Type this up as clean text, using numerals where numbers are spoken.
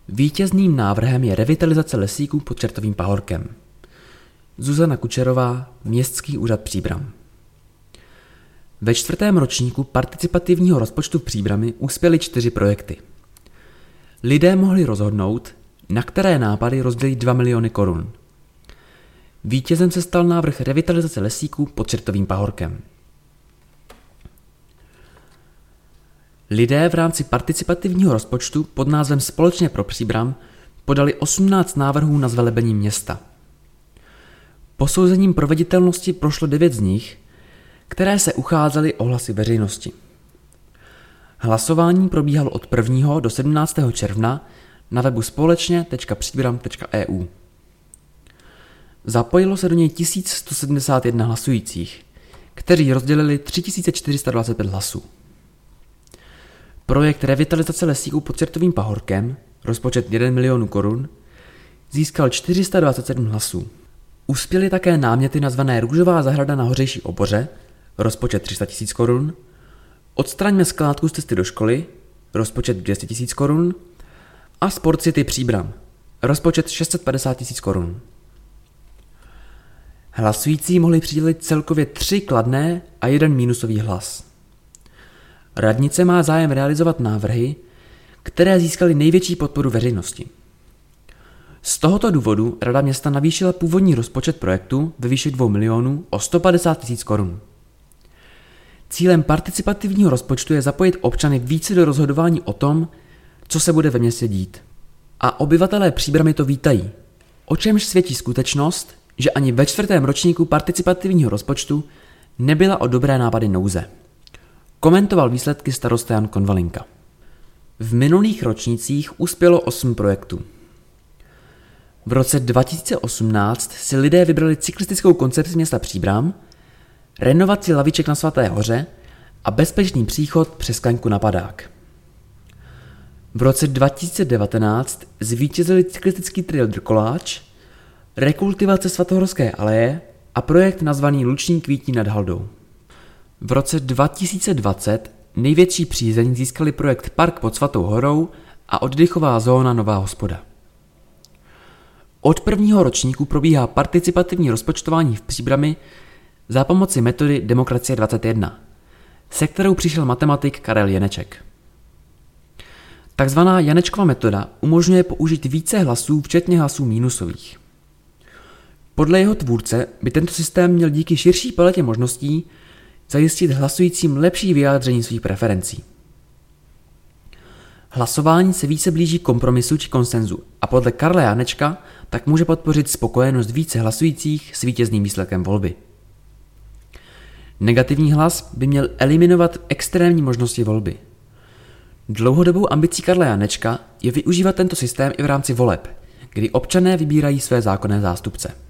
Vítězným návrhem je revitalizace lesíků pod Čertovým Pahorkem. Zuzana Kučerová, Městský úřad Příbram. Ve 4. ročníku participativního rozpočtu v Příbrami uspěly 4 projekty. Lidé mohli rozhodnout, na které nápady rozdělí 2 miliony korun. Vítězem se stal návrh revitalizace lesíků pod Čertovým Pahorkem. Lidé v rámci participativního rozpočtu pod názvem Společně pro Příbram podali 18 návrhů na zvelebení města. Posouzením proveditelnosti prošlo 9 z nich, které se ucházely o hlasy veřejnosti. Hlasování probíhalo od 1. do 17. června na webu společně.příbram.eu. Zapojilo se do něj 1171 hlasujících, kteří rozdělili 3425 hlasů. Projekt revitalizace lesíků pod Čertovým Pahorkem, rozpočet 1 milion korun, získal 427 hlasů. Uspěly také náměty nazvané Růžová zahrada na Hořejší Oboře, rozpočet 300 000 korun, Odstraňme skládku z cesty do školy, rozpočet 200 000 korun a Sport City Příbram, rozpočet 650 000 korun. Hlasující mohli přidělit celkově 3 kladné a 1 mínusový hlas. Radnice má zájem realizovat návrhy, které získaly největší podporu veřejnosti. Z tohoto důvodu Rada města navýšila původní rozpočet projektu ve výši 2 milionů o 150 000 korun. Cílem participativního rozpočtu je zapojit občany více do rozhodování o tom, co se bude ve městě dít. A obyvatelé Příbramy to vítají, o čemž svědčí skutečnost, že ani ve 4. ročníku participativního rozpočtu nebyla o dobré nápady nouze. Komentoval výsledky starosta Jan Konvalinka. V minulých ročnících uspělo 8 projektů. V roce 2018 si lidé vybrali cyklistickou koncepci města Příbram, renovaci laviček na Svaté hoře a bezpečný příchod přes Kaňku na Padák. V roce 2019 zvítězili cyklistický trail Drkoláč, rekultivace Svatohorské aleje a projekt nazvaný Luční Kvítí nad Haldou. V roce 2020 největší přízeň získali projekt Park pod Svatou horou a oddychová zóna Nová hospoda. Od 1. ročníku probíhá participativní rozpočtování v Příbrami za pomoci metody Demokracie 21, se kterou přišel matematik Karel Janeček. Takzvaná Janečkova metoda umožňuje použít více hlasů, včetně hlasů mínusových. Podle jeho tvůrce by tento systém měl díky širší paletě možností zajistit hlasujícím lepší vyjádření svých preferencí. Hlasování se více blíží kompromisu či konsenzu a podle Karla Janečka tak může podpořit spokojenost více hlasujících s vítězným výsledkem volby. Negativní hlas by měl eliminovat extrémní možnosti volby. Dlouhodobou ambicí Karla Janečka je využívat tento systém i v rámci voleb, kdy občané vybírají své zákonné zástupce.